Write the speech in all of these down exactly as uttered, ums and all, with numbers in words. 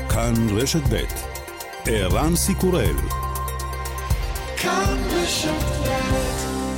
כאן רשת ב' ערן סיקורל. כאן רשת ב'.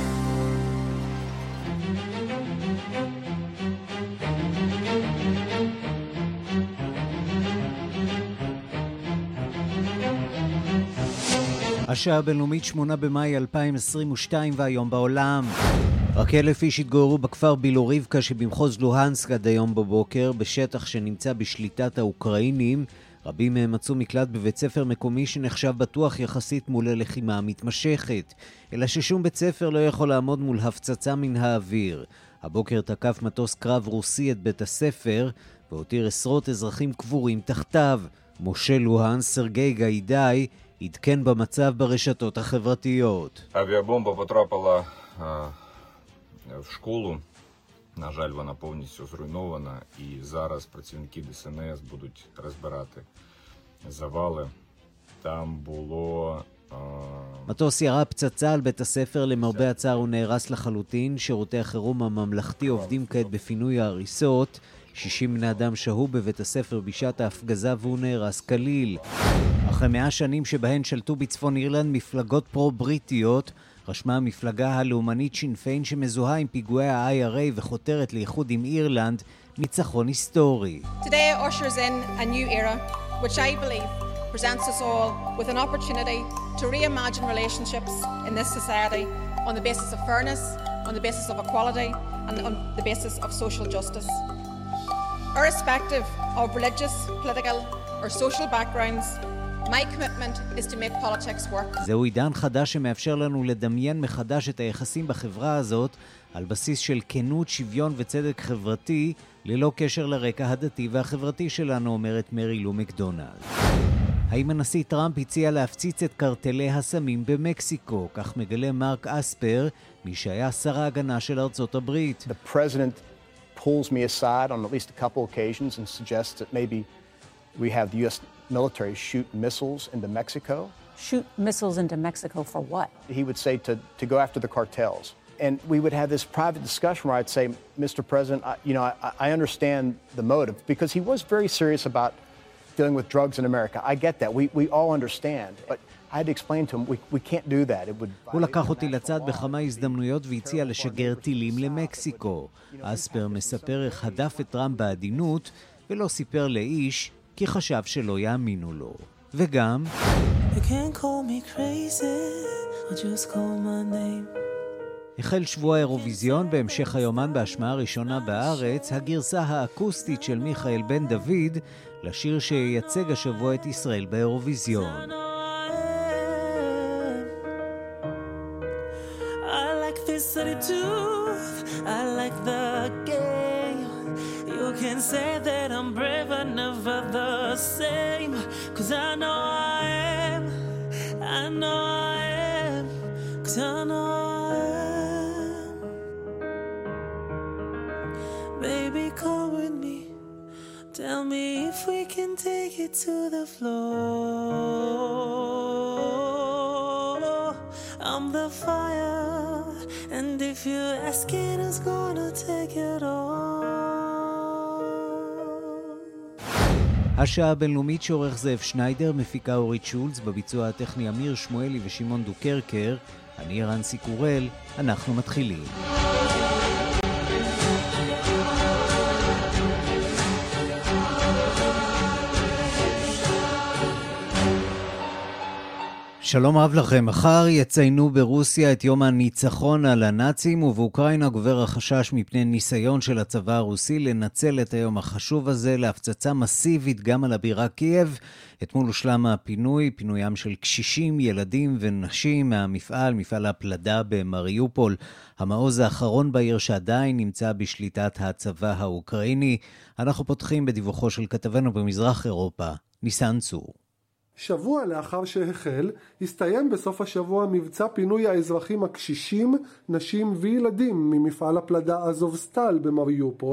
השעה הבינלאומית שמונה במאי אלפיים עשרים ושתיים והיום בעולם. רק אלף איש התגוררו בכפר בילוריבקה שבמחוז לוהנסק עד היום בבוקר, בשטח שנמצא בשליטת האוקראינים. רבים מהם מצאו מקלט בבית ספר מקומי שנחשב בטוח יחסית מול הלחימה המתמשכת, אלא ששום בית ספר לא יכול לעמוד מול הפצצה מן האוויר. הבוקר תקף מטוס קרב רוסי את בית הספר והותיר עשרות אזרחים קבורים תחתיו. משה לוהנס סרגי גיידאי עדכן במצב ברשתות החברתיות. Авіабомба потрапила в школу. На жаль, вона повністю зруйнована, і зараз працівники ДСНС будуть розбирати завали. Там було מטוס ירה פצצה על בית הספר, למרבה הצער הוא נהרס לחלוטין. שירותי החירום הממלכתי עובדים כעת בפינוי ההריסות. שישים בני אדם שהו בבית הספר בשעת ההפגזה והוא נהרס כליל. אחרי מאה שנים שבהן שלטו בצפון אירלנד מפלגות פרו-בריטיות, רשמה המפלגה הלאומנית שינפיין שמזוהה עם פיגועי ה-איי אר איי וחותרת לאיחוד עם אירלנד ניצחון היסטורי. Today ushers in a new era, which I believe presents us all with an opportunity to reimagine relationships in this society on the basis of fairness, on the basis of equality, and on the basis of social justice. Irrespective of religious, political, or social backgrounds, my commitment is to make politics work. זהו עידן חדש שמאפשר לנו לדמיין מחדש את היחסים בחברה הזאת על בסיס של כנות, שוויון וצדק חברתי, ללא קשר לרקע הדתי והחברתי שלנו, אומרת מרי לו מקדונלד. האם הנשיא טראמפ הציע להפציץ את קרטלי הסמים במקסיקו? כך מגלה מרק אספר, מי שהיה שר ההגנה של ארצות הברית. The president pulls me aside on at least a couple occasions and suggests that maybe we have the U S military shoot missiles into Mexico. Shoot missiles into Mexico for what? He would say to, to go after the cartels. And we would have this private discussion where I'd say, Mister President, I, you know, I, I understand the motive, because he was very serious about dealing with drugs in America. I get that. We, we all understand. But I had to explain to him, we, we can't do that. It would... הוא לקח אותי לצד בכמה הזדמנויות והציע לשגר טילים למקסיקו. אספר מספר איך הדף את טראמפ בעדינות ולא סיפר לאיש כי חשב שלא יאמינו לו. וגם You can't call me crazy, I'll just call my name. החל שבוע האירוויזיון בהמשך היומן בהשמעה הראשונה בארץ, הגרסה האקוסטית של מיכאל בן דוד לשיר שייצג השבוע את ישראל באירוויזיון. I like this attitude, I like the game. You can say that I'm brave but never the same, cause I know I am, I know I am, cause I know I am. Baby, come with me, tell me if we can take it to the floor. I'm the fire, and if you're asking, who's gonna take it all? השעה הבינלאומית שעורך זאב שניידר, מפיקה אורית שולץ, בביצוע הטכני אמיר שמואלי ושמעון דוקרקר. אני ערן סיקורל, אנחנו מתחילים. שלום רב לכם. מחר יציינו ברוסיה את יום הניצחון על הנאצים, ובאוקראינה גובר החשש מפני ניסיון של הצבא הרוסי לנצל את היום החשוב הזה להפצצה מסיבית גם על הבירה קייב. אתמול הושלם הפינוי, פינוים של קשישים, ילדים ונשים מהמפעל, מפעל הפלדה במריופול, המעוז האחרון בעיר שעדיין נמצא בשליטת הצבא האוקראיני. אנחנו פותחים בדיווחו של כתבנו במזרח אירופה, ניסן צור. שבוע לאחר שהחל, הסתיים בסוף השבוע מבצע פינוי האזרחים הקשישים, נשים וילדים ממפעל הפלדה אזובסטל במריופול,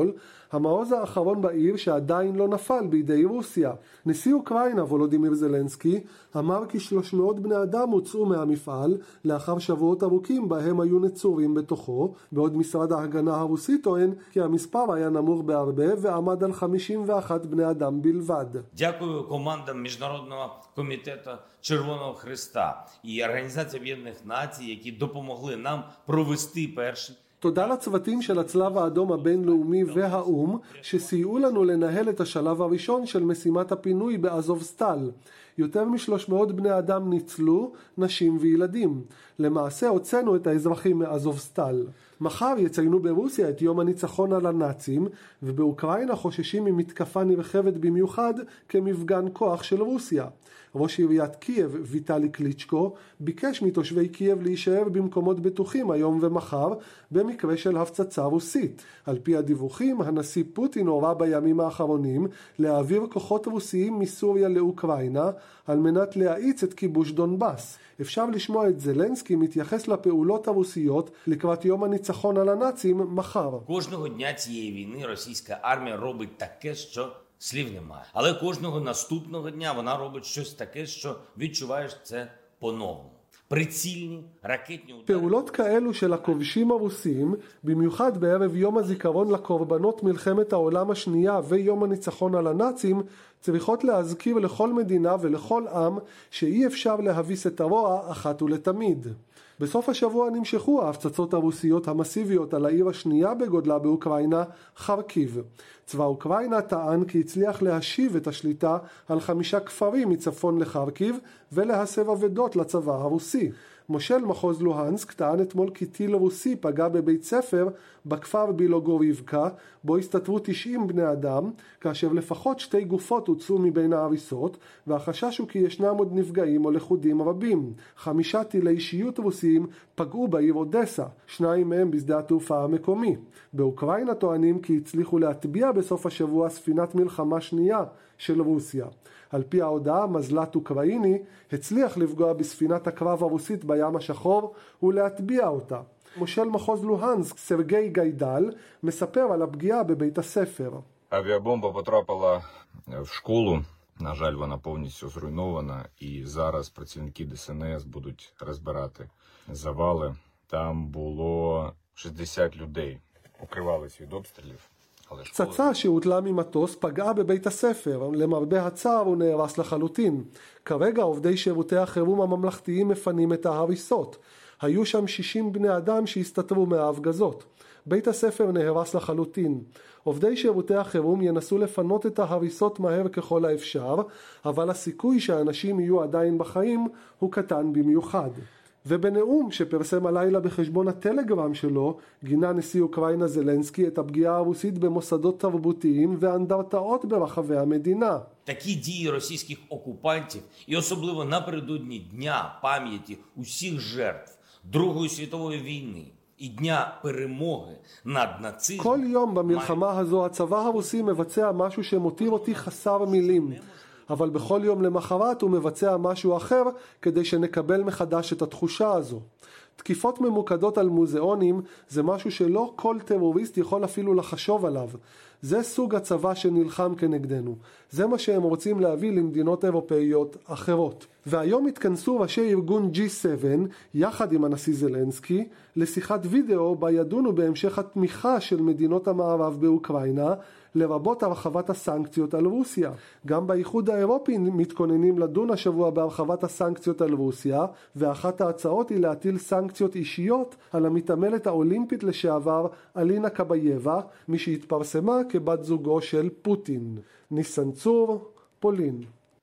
המעוז האחרון בעיר שעדיין לא נפל בידי רוסיה. נשיא אוקראינה וולודימיר זלנסקי אמר כי שלוש מאות בני אדם הוצאו מהמפעל לאחר שבועות ארוכים בהם היו נצורים בתוכו, בעוד משרד ההגנה הרוסי טוען כי המספר היה נמוך בהרבה ועמד על חמישים ואחד בני אדם בלבד. Дякую командам Міжнародного комітету Червоного Хреста і Організації Об'єднаних Націй, які допомогли нам провести перший תודה לצוותים של הצלב האדום הבינלאומי והאום שסייעו לנו לנהל את השלב הראשון של משימת הפינוי באזובסטל. יותר מ-שלוש מאות בני אדם ניצלו, נשים וילדים. למעשה הוצאנו את האזרחים מאזובסטל. מחר יציינו ברוסיה את יום הניצחון על הנאצים, ובאוקראינה חוששים ממתקפה נרחבת במיוחד כמפגן כוח של רוסיה. ראש עיריית קייב, ויטלי קליצ'קו, ביקש מתושבי קייב להישאר במקומות בטוחים היום ומחר, במקרה של הפצצה רוסית. על פי הדיווחים, הנשיא פוטין הורה בימים האחרונים להעביר כוחות רוסיים מסוריה לאוקראינה, על מנת להאיץ את כיבוש דונבאס. אפשר לשמוע את זלנסקי מתייחס לפעולות הרוסיות לקראת יום הניצחון על הנאצים מחר. Кожного дня цієї війни російська армія робить таке, що слів немає. Але кожного наступного дня вона робить щось таке, що відчуваєш це по-новому. прицільні ракетні удари. פעולות כאלו של הכובשים הרוסים, במיוחד בערב יום הזיכרון לקורבנות מלחמת העולם השנייה ויום הניצחון על הנאצים, צריכות להזכיר לכל מדינה ולכל עם שאי אפשר להביס את הרוע אחת ולתמיד. בסוף השבוע נמשכו ההפצצות הרוסיות המסיביות על העיר השנייה בגודלה באוקראינה, חרקיב. צבא אוקראינה טען כי הצליח להשיב את השליטה על חמישה כפרים מצפון לחרקיב ולהסב אבדות לצבא הרוסי. מושל מחוז לוהנסק טען אתמול כי טיל רוסי פגע בבית ספר בכפר בילוגוריבקה, בו הסתתרו תשעים בני אדם, כאשר לפחות שתי גופות הוצאו מבין ההריסות, והחשש הוא כי ישנם עוד נפגעים או לכודים רבים. חמישה טילי אישיות רוסיים פגעו בעיר אודסה, שניים מהם בשדה התעופה המקומי. באוקראינה טוענים כי הצליחו להטביע בסוף השבוע ספינת מלחמה שנייה של רוסיה. על פי ההודעה, מזל"ט אוקראיני הצליח לפגוע בספינת הקרב הרוסית בים השחור ולהטביע אותה. מושל מחוז לוהנסק, סרגי גיידל, מספר על הפגיעה בבית הספר. Авіабомба потрапила в школу. На жаль, вона повністю зруйнована, і зараз працівники ДСНС будуть розбирати завали. Там було шістдесят людей, укривались від обстрілів. פצצה שהוטלה ממטוס פגעה בבית הספר, למרבה הצער הוא נהרס לחלוטין. כרגע עובדי שירותי החירום הממלכתיים מפנים את ההריסות. היו שם שישים בני אדם שהסתתרו מההפגזות. בית הספר נהרס לחלוטין. עובדי שירותי החירום ינסו לפנות את ההריסות מהר ככל האפשר, אבל הסיכוי שהאנשים יהיו עדיין בחיים הוא קטן במיוחד. ובנאום שפרסם הלילה בחשבון הטלגרם שלו, גינה נשיא אוקראינה זלנסקי את הפגיעה הרוסית במוסדות תרבותיים ואנדרטאות ברחבי המדינה. Такі дії російських окупантів, і особливо напередодні Дня пам'яті усіх жертв Другої світової війни і Дня перемоги над нацизмом. כל יום במלחמה הזו הצבא הרוסי מבצע משהו שמותיר אותי חסר מילים. אבל בכל יום למחרת הוא מבצע משהו אחר כדי שנקבל מחדש את התחושה הזו. תקיפות ממוקדות על מוזיאונים זה משהו שלא כל טרוריסט יכול אפילו לחשוב עליו. זה סוג הצבא שנלחם כנגדנו. זה מה שהם רוצים להביא למדינות אירופאיות אחרות. והיום התכנסו ראשי ארגון ג'י סבע יחד עם הנשיא זלנסקי לשיחת וידאו בה ידונו בהמשך התמיכה של מדינות המערב באוקראינה, לרבות הרחבת הסנקציות על רוסיה. גם באיחוד האירופי מתכוננים לדון השבוע בהרחבת הסנקציות על רוסיה, ואחת ההצעות היא להטיל סנקציות אישיות על המתעמלת האולימפית לשעבר אלינה קבייבה, מי שהתפרסמה כבת זוגו של פוטין. ניסן צור, פולין.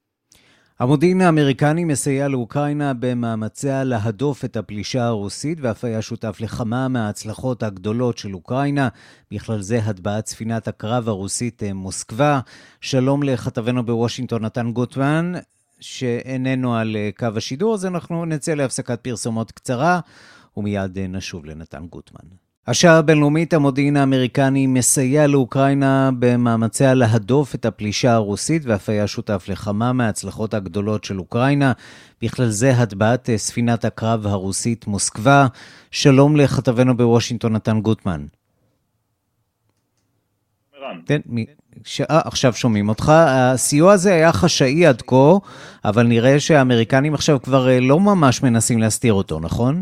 המודיעין האמריקני מסייע לאוקראינה במאמציה להדוף את הפלישה הרוסית, ואף היה שותף לכמה מההצלחות הגדולות של אוקראינה, בכלל זה הטבעת ספינת הקרב הרוסית מוסקבה. שלום לכתבנו בוושינגטון נתן גוטמן, שאיננו על קו השידור, אז אנחנו נצא להפסקת פרסומות קצרה, ומיד נשוב לנתן גוטמן. השעה הבינלאומית, המודיעין האמריקני מסייע לאוקראינה במאמציה להדוף את הפלישה הרוסית, ואף היה שותף לכמה מההצלחות הגדולות של אוקראינה, בכלל זה הטבעת ספינת הקרב הרוסית מוסקבה. שלום לכתבנו בוושינגטון נתן גוטמן. כן, ש... 아, עכשיו שומעים אותך. הסיוע הזה היה חשאי עד כה, אבל נראה שהאמריקנים עכשיו כבר לא ממש מנסים להסתיר אותו, נכון?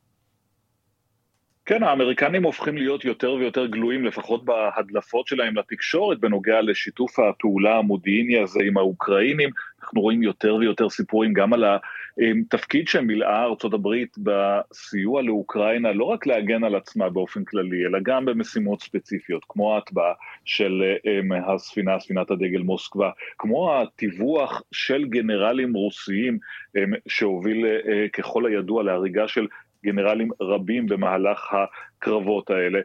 כן, האמריקנים הופכים להיות יותר ויותר גלויים, לפחות בהדלפות שלהם לתקשורת, בנוגע לשיתוף הפעולה המודיעיני הזה עם האוקראינים. אנחנו רואים יותר ויותר סיפורים גם על התפקיד שמילאה ארצות הברית בסיוע לאוקראינה, לא רק להגן על עצמה באופן כללי, אלא גם במשימות ספציפיות, כמו ההטבעה של הספינה, ספינת הדגל מוסקבה, כמו התיווח של גנרלים רוסיים, שהוביל ככל הידוע להריגה של גנרלים רבים במהלך הקרבות האלה,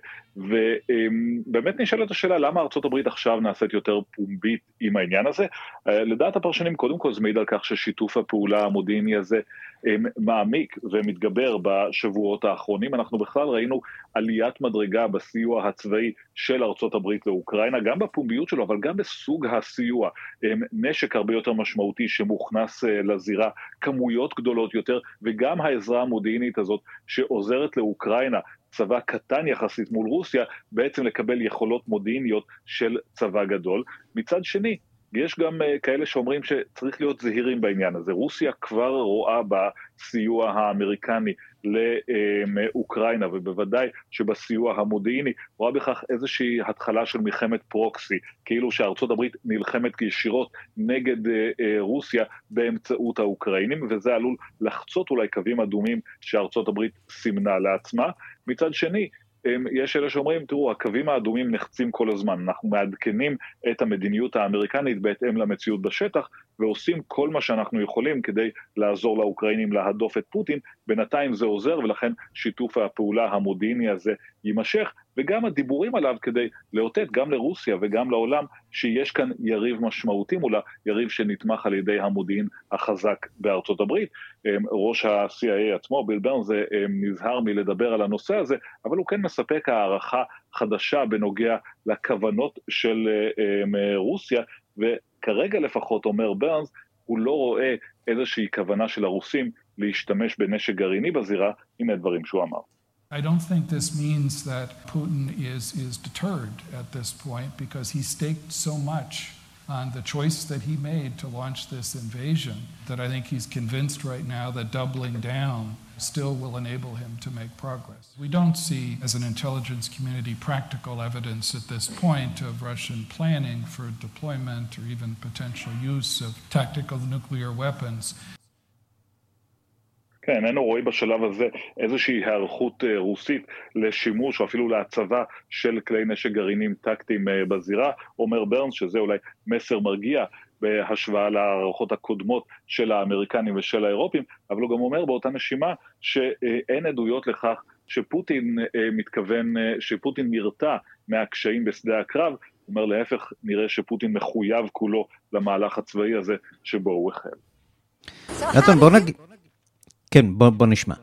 ובאמת נשאלת השאלה למה ארצות הברית עכשיו נעשית יותר פומבית עם העניין הזה. לדעת הפרשנים, קודם כל זה מעיד על כך ששיתוף הפעולה המודיעיני הזה מעמיק ומתגבר בשבועות האחרונים. אנחנו בכלל ראינו עליית מדרגה בסיוע הצבאי של ארצות הברית לאוקראינה, גם בפומביות שלו, אבל גם בסוג הסיוע, נשק הרבה יותר משמעותי שמוכנס לזירה, כמויות גדולות יותר, וגם העזרה המודיעינית הזאת שעוזרת לאוקראינה, צבא קטן יחסית מול רוסיה, בעצם לקבל יכולות מודיעיניות של צבא גדול. מצד שני, יש גם כאלה שאומרים שצריך להיות זהירים בעניין הזה. רוסיה כבר רואה בסיוע האמריקני לאוקראינה, ובוודאי שבסיוע המודיעיני רואה בכך איזושהי התחלה של מלחמת פרוקסי, כאילו שארצות הברית נלחמת ישירות נגד רוסיה באמצעות האוקראינים, וזה עלול לחצות אולי קווים אדומים שארצות הברית סימנה לעצמה. מצד שני, יש אלה שאומרים, תראו, הקווים האדומים נחצים כל הזמן, אנחנו מעדכנים את המדיניות האמריקנית בהתאם למציאות בשטח, ועושים כל מה שאנחנו יכולים כדי לעזור לאוקראינים להדוף את פוטין. בינתיים זה עוזר, ולכן שיתוף הפעולה המודיעיני הזה יימשך, וגם הדיבורים עליו כדי לאותת גם לרוסיה וגם לעולם שיש כאן יריב משמעותי מולה, יריב שנתמך על ידי המודיעין החזק בארצות הברית. ראש ה-סי איי איי עצמו, ביל ברנס, נזהר מלדבר על הנושא הזה, אבל הוא כן מספק הערכה חדשה בנוגע לכוונות של רוסיה, וכרגע לפחות אומר ברנס, הוא לא רואה איזושהי כוונה של הרוסים להשתמש בנשק גרעיני בזירה, עם הדברים שהוא אמר. I don't think this means that Putin is, is deterred at this point, because he staked so much on the choice that he made to launch this invasion that I think he's convinced right now that doubling down still will enable him to make progress. We don't see, as an intelligence community, practical evidence at this point of Russian planning for deployment or even potential use of tactical nuclear weapons. כן, איננו רואים בשלב הזה איזושהי הערכות רוסית לשימוש או אפילו להצבה של כלי נשק גרעינים טקטיים בזירה. אומר ברנס שזה אולי מסר מרגיע בהשוואה להערכות הקודמות של האמריקנים ושל האירופים, אבל הוא גם אומר באותה נשימה שאין עדויות לכך שפוטין מתכוון, שפוטין נרתע מהקשיים בשדה הקרב. הוא אומר להפך, נראה שפוטין מחויב כולו למהלך הצבאי הזה שבו הוא החל. נתן, בוא נגיד... כן, בוא, בוא נשמע.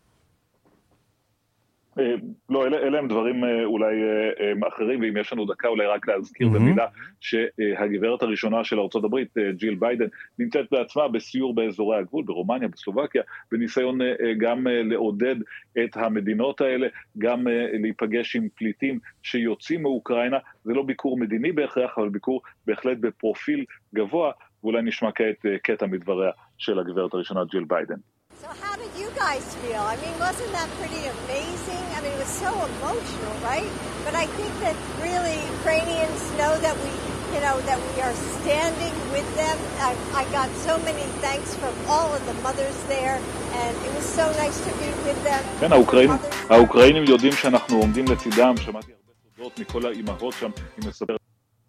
לא, אלה, אלה הם דברים אולי אחרים, ואם יש לנו דקה אולי רק להזכיר mm-hmm. במילה שהגברת הראשונה של ארצות הברית, ג'יל ביידן, נמצאת בעצמה בסיור באזורי הגבול, ברומניה, בסלובקיה, בניסיון גם לעודד את המדינות האלה, גם להיפגש עם פליטים שיוצאים מאוקראינה. זה לא ביקור מדיני בהכרח, אבל ביקור בהחלט בפרופיל גבוה, ואולי נשמע כעת קטע מדבריה של הגברת הראשונה, ג'יל ביידן. So how did you guys feel? I mean, wasn't that pretty amazing? I mean, it was so emotional, right? But I think that really Ukrainians know that we, you know, that we are standing with them. I, I got so many thanks from all of the mothers there, and it was so nice to be with them. כן, האוקראינים, האוקראינים יודעים שאנחנו עומדים לצידם. שמעתי הרבה תודות מכל האימהות שם, היא מספרת.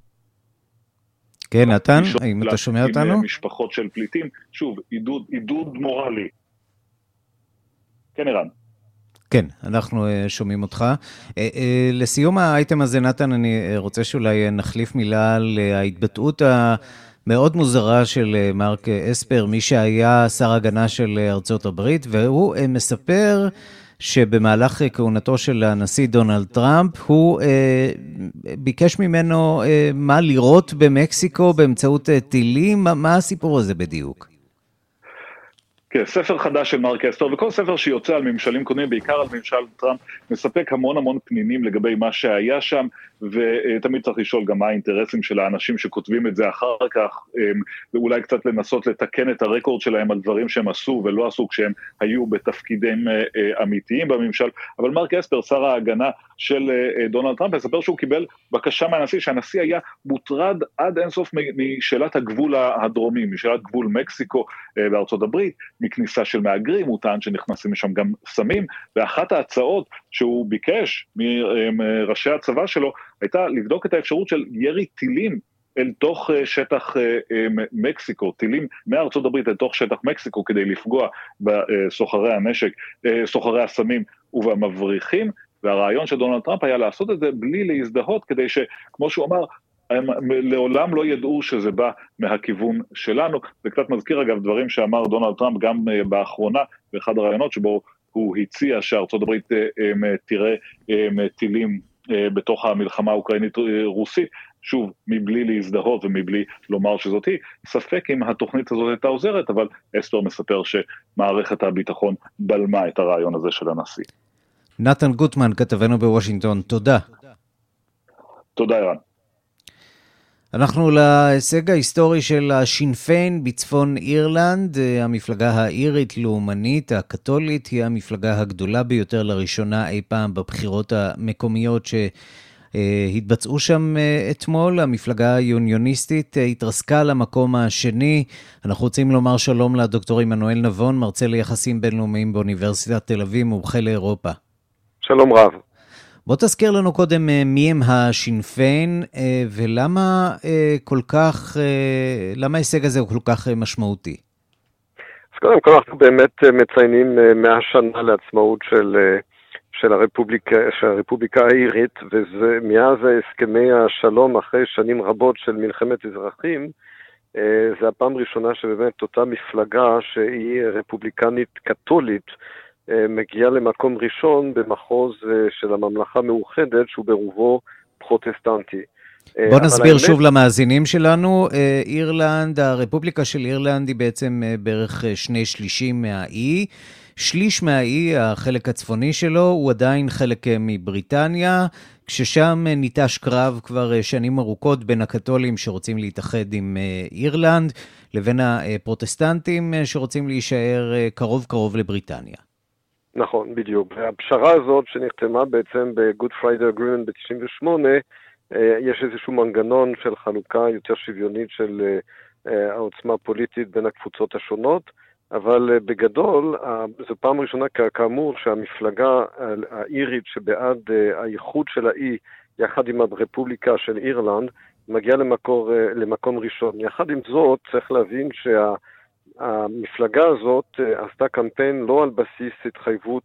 כן, נתן, האם אתה שומע אותנו? עם משפחות של פליטים, שוב, עידוד, עידוד מורלי. כן, אירן. כן, אנחנו שומעים אותך. לסיום האייטם הזה, נתן, אני רוצה שאולי נחליף מילה על ההתבטאות המאוד מוזרה של מרק אספר, מי שהיה שר הגנה של ארצות הברית, והוא מספר שבמהלך כהונתו של הנשיא דונלד טראמפ, הוא אה, ביקש ממנו אה, מה לראות במקסיקו באמצעות טילים. מה, מה הסיפור הזה בדיוק? כן, ספר חדש של מרק אספר, וכל ספר שיוצא על ממשלים קודמים, בעיקר על ממשל טראמפ, מספק המון המון פנינים לגבי מה שהיה שם, ותמיד צריך לשאול גם מה האינטרסים של האנשים שכותבים את זה אחר כך, ואולי קצת לנסות לתקן את הרקורד שלהם על דברים שהם עשו ולא עשו כשהם היו בתפקידים אמיתיים בממשל. אבל מרק אספר, שר ההגנה של דונלד טראמפ, מספר שהוא קיבל בקשה מהנשיא, שהנשיא היה מוטרד עד אינסוף משאלת הגבול הדרומי, משאלת גבול מקסיקו בארצות הברית, מכניסה של מהגרים, הוא טען שנכנסים משם גם סמים, ואחת ההצעות שהוא ביקש מראשי הצבא שלו, הייתה לבדוק את האפשרות של ירי טילים אל תוך שטח מקסיקו, טילים מארצות הברית אל תוך שטח מקסיקו, כדי לפגוע בסוחרי הנשק, סוחרי הסמים ובמבריחים, והרעיון של דונלד טראמפ היה לעשות את זה בלי להזדהות, כדי שכמו שהוא אמר, הם לעולם לא ידעו שזה בא מהכיוון שלנו. זה קצת מזכיר אגב דברים שאמר דונלד טראמפ גם באחרונה, באחד הרעיונות שבו הוא הציע שארצות הברית תראה טילים בתוך המלחמה האוקראינית רוסית, שוב, מבלי להזדהות ומבלי לומר שזאת היא. ספק אם התוכנית הזאת הייתה עוזרת, אבל אספר מספר שמערכת הביטחון בלמה את הרעיון הזה של הנשיא. נתן גוטמן, כתבנו בוושינגטון, תודה. תודה, ערן. אנחנו להישג ההיסטורי של השינפיין בצפון אירלנד. המפלגה האירית לאומנית הקתולית היא המפלגה הגדולה ביותר לראשונה אי פעם בבחירות המקומיות שהתבצעו שם אתמול. המפלגה היוניוניסטית התרסקה למקום השני. אנחנו רוצים לומר שלום לדוקטור עמנואל נבון, מרצה ליחסים בינלאומיים באוניברסיטת תל אביב, מומחה לאירופה. שלום רב. בוא תזכיר לנו קודם מי הם השינפיין ולמה כל כך, למה ההישג הזה הוא כל כך משמעותי? אז קודם כל אנחנו באמת מציינים מאה שנה לעצמאות של, של, הרפובליקה, של הרפובליקה האירית, וזה מאז הסכמי השלום אחרי שנים רבות של מלחמת אזרחים, זה הפעם ראשונה שבאמת אותה מפלגה שהיא רפובליקנית קתולית, מגיעה למקום ראשון במחוז של הממלכה המאוחדת, שהוא ברובו פרוטסטנטי. בוא נסביר האמת... שוב למאזינים שלנו, אירלנד, הרפובליקה של אירלנד היא בעצם בערך שני שלישים מהאי, שליש מהאי, החלק הצפוני שלו, הוא עדיין חלק מבריטניה, כששם ניטש קרב כבר שנים ארוכות בין הקתולים שרוצים להתאחד עם אירלנד, לבין הפרוטסטנטים שרוצים להישאר קרוב קרוב לבריטניה. נכון, בדיוק. והפשרה הזאת שנחתמה בעצם ב-Good Friday Agreement ב-תשעים ושמונה, יש איזשהו מנגנון של חלוקה יותר שוויונית של העוצמה הפוליטית בין הקבוצות השונות, אבל בגדול, זו פעם ראשונה כאמור שהמפלגה האירית שבעד האיחוד של האי, יחד עם הרפובליקה של אירלנד, מגיעה למקור, למקום ראשון. יחד עם זאת, צריך להבין שה... המפלגה הזאת עשתה קמפיין לא על בסיס התחייבות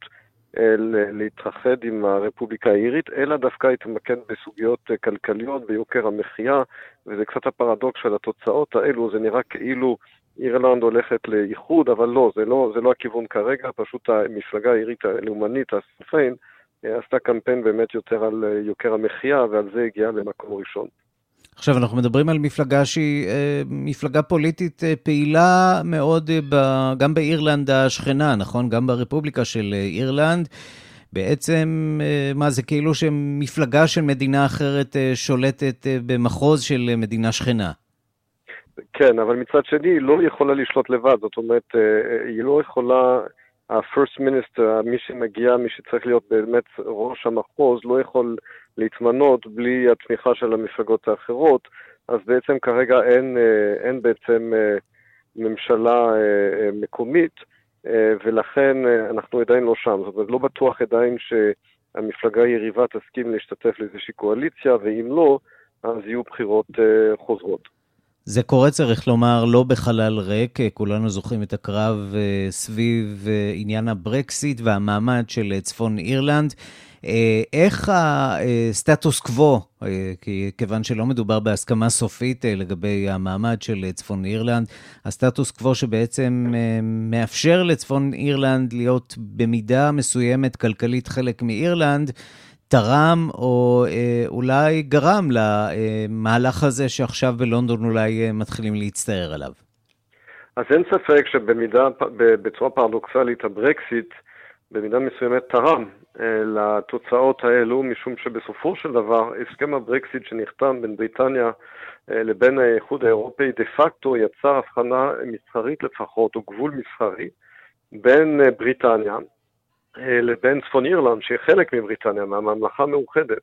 להתרחד עם הרפובליקה האירית, אלא דווקא התמקד בסוגיות כלכליות ביוקר המחיה, וזה קצת הפרדוקס של התוצאות האלו. זה נראה כאילו אירלנד הולכת לאיחוד, אבל לא, זה לא, זה לא הכיוון כרגע, פשוט המפלגה האירית הלאומנית, השינפיין, עשתה קמפיין באמת יותר על יוקר המחיה, ועל זה הגיעה למקום ראשון. עכשיו אנחנו מדברים על מפלגה שהיא אה, מפלגה פוליטית אה, פעילה מאוד אה, ב, גם באירלנד השכנה, נכון? גם ברפובליקה של אה, אירלנד. בעצם, אה, מה זה כאילו שמפלגה של מדינה אחרת אה, שולטת אה, במחוז של אה, מדינה שכנה? כן, אבל מצד שני היא לא יכולה לשלוט לבד, זאת אומרת, אה, היא לא יכולה, ה-first minister, מי שמגיע, מי שצריך להיות באמת ראש המחוז, לא יכול להתמנות בלי התמיכה של המפלגות האחרות, אז בעצם כרגע אין, אין בעצם ממשלה מקומית, ולכן אנחנו עדיין לא שם. זאת אומרת, לא בטוח עדיין שהמפלגה היריבה תסכים להשתתף לאיזושהי קואליציה, ואם לא, אז יהיו בחירות חוזרות. זה קורה, צריך לומר, לא בחלל ריק. כולנו זוכרים את הקרב סביב עניין הברקסיט והמעמד של צפון אירלנד. איך הסטטוס קוו, כיוון שלא מדובר בהסכמה סופית לגבי המעמד של צפון אירלנד, הסטטוס קוו שבעצם מאפשר לצפון אירלנד להיות במידה מסוימת כלכלית חלק מאירלנד, תרם או אולי גרם למהלך הזה שעכשיו בלונדון אולי מתחילים להצטער עליו? אז אין ספק שבמידה, בצורה פרדוקסלית, הברקסיט במידה מסוימת תרם לתוצאות האלו, משום שבסופו של דבר הסכם הברקסיט שנחתם בין בריטניה לבין האיחוד האירופי דה פקטו יצר הבחנה מסחרית לפחות, או גבול מסחרי, בין בריטניה לבין צפון אירלנד, שהיא חלק מבריטניה, מהממלכה המאוחדת.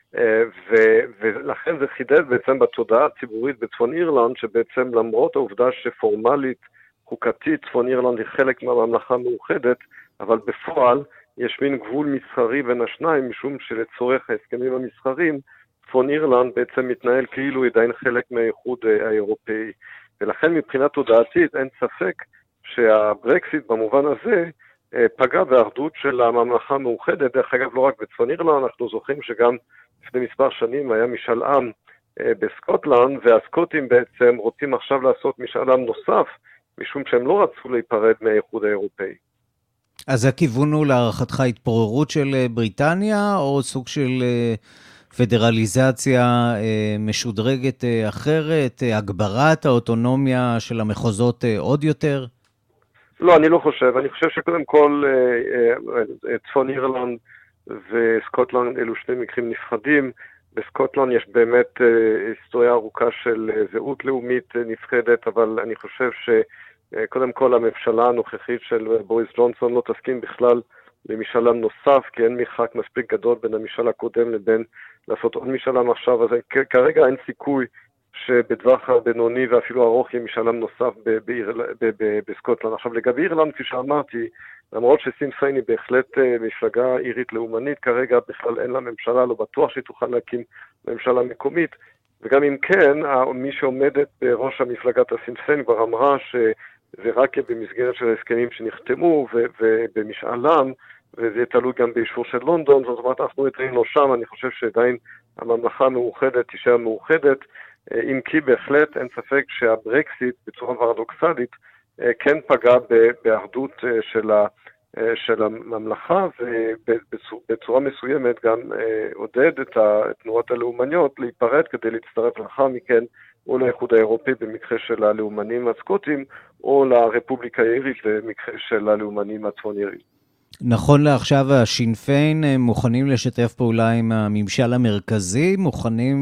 ו- ולכן זה חידד בעצם בתודעה הציבורית בצפון אירלנד, שבעצם למרות העובדה שפורמלית, חוקתית, צפון אירלנד היא חלק מהממלכה המאוחדת, אבל בפועל יש מין גבול מסחרי בין השניים, משום שלצורך ההסכמים המסחרים, צפון אירלנד בעצם מתנהל כאילו היא עדיין חלק מהאיחוד האירופאי. ולכן מבחינה תודעתית אין ספק שהברקסיט במובן הזה פגע באחדות של הממלכה המאוחדת. דרך אגב, לא רק בצפון אירלנד, אנחנו זוכרים שגם לפני מספר שנים היה משאל עם בסקוטלנד, והסקוטים בעצם רוצים עכשיו לעשות משאל עם נוסף, משום שהם לא רצו להיפרד מהאיחוד האירופאי. אז הכיוון הוא להערכתך התפוררות של בריטניה, או סוג של פדרליזציה משודרגת אחרת, הגברת האוטונומיה של המחוזות עוד יותר? לא, אני לא חושב. אני חושב שקודם כל צפון אירלנד וסקוטלנד אלו שני מקרים נפרדים. בסקוטלנד יש באמת היסטוריה ארוכה של זהות לאומית נפרדת, אבל אני חושב שקודם כל הממשלה הנוכחית של בוריס ג'ונסון לא תסכים בכלל למשאל עם נוסף, כי אין מרחק מספיק גדול בין המשאל הקודם לבין לעשות עוד משאל עם עכשיו, אז כרגע אין סיכוי שבטווח הבינוני ואפילו ארוך יהיה משאל עם נוסף בסקוטלנד. עכשיו לגבי אירלנד, כפי שאמרתי, למרות שסין פיין היא בהחלט מפלגה אירית לאומנית, כרגע בכלל אין לה ממשלה, לא בטוח שהיא תוכל להקים ממשלה מקומית, וגם אם כן, מי שעומדת בראש המפלגת הסין פיין כבר אמרה שזה רק במסגרת של ההסכמים שנחתמו ובמשאל עם, וזה תלוי גם באישור של לונדון. זאת אומרת, אנחנו עדיין לא שם. אני חושב שעדיין הממלכה המאוחדת תישאר מאוחדת, אם כי בהחלט אין ספק שהברקסיט בצורה פרדוקסלית כן פגע באחדות של ה של הממלכה, ובצורה מסוימת גם עודד את התנועות הלאומניות להיפרד כדי להצטרף לאחר מכן או לאיחוד האירופי במקרה של הלאומנים הסקוטים, או לרפובליקה האירית במקרה של הלאומנים הצפון איריים. נכון לעכשיו השין פיין מוכנים לשתף פעולה עם הממשל המרכזי, מוכנים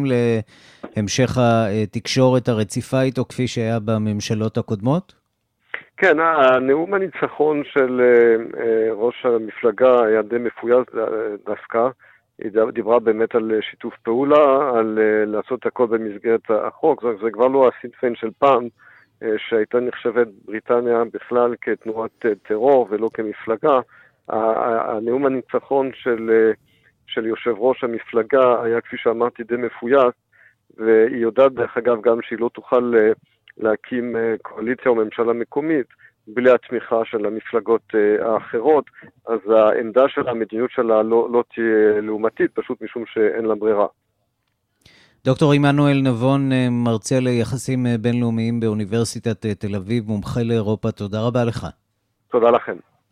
להמשך התקשורת הרציפה איתו כפי שהיה בממשלות הקודמות? כן, הנאום הניצחון של ראש המפלגה היה די מפויס דווקא. היא דיברה באמת על שיתוף פעולה, על לעשות הכל במסגרת החוק. זה כבר לא הסין פיין של פעם, שהייתה נחשבת בריטניה בכלל כתנועת טרור ולא כמפלגה. הנאום הניצחון של, של יושב ראש המפלגה היה, כפי שאמרתי, די מפויס, והיא יודעת דרך אגב גם שהיא לא תוכל להקים קואליציה או ממשלה מקומית בלי התמיכה של המפלגות האחרות, אז העמדה של המדיניות שלה לא, לא תהיה לעומתית, פשוט משום שאין לה ברירה. דוקטור עמנואל נבון, מרצה ליחסים בינלאומיים באוניברסיטת תל אביב, מומחה לאירופה, תודה רבה לך. תודה לכם.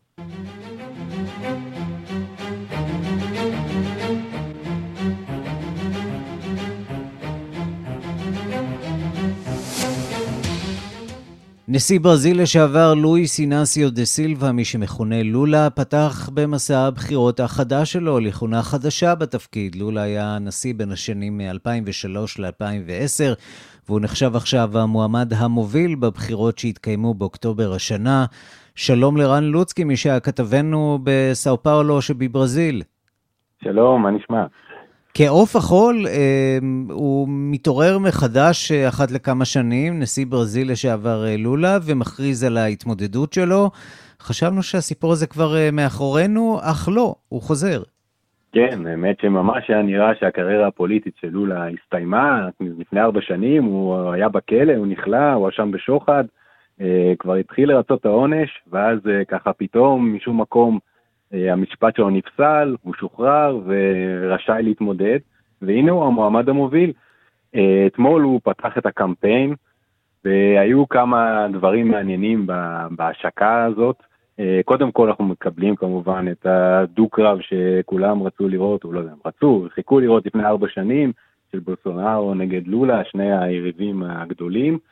נשיא ברזיל לשעבר לואיס אינאסיו דה סילבה, מי שמכונה לולה, פתח במסע הבחירות החדש שלו, לכהונה חדשה בתפקיד. לולה היה נשיא בין השנים מ-אלפיים ושלוש ל-אלפיים ועשר, והוא נחשב עכשיו המועמד המוביל בבחירות שהתקיימו באוקטובר השנה. שלום לרן לוצקי, מי שכתבנו בסאו פאולו שבברזיל. שלום, מה נשמע? כעוף החול, הוא מתעורר מחדש אחת לכמה שנים, נשיא ברזיל לשעבר לולה, ומכריז על ההתמודדות שלו. חשבנו שהסיפור הזה כבר מאחורינו, אך לא, הוא חוזר. כן, האמת שממש היה נראה שהקריירה הפוליטית של לולה הסתיימה. לפני ארבע שנים הוא היה בכלא, הוא נכלא, הוא שם בשוחד, כבר התחיל לרצות העונש, ואז ככה פתאום משום מקום המשפט שלו נפסל, הוא שוחרר ורשאי להתמודד, והנה הוא המועמד המוביל. אתמול הוא פתח את הקמפיין, והיו כמה דברים מעניינים בהשקה הזאת. קודם כל אנחנו מקבלים כמובן את הדו-קרב שכולם רצו לראות, או לא יודע, רצו, חיכו לראות לפני ארבע שנים, של בולסונארו נגד לולה, שני היריבים הגדולים,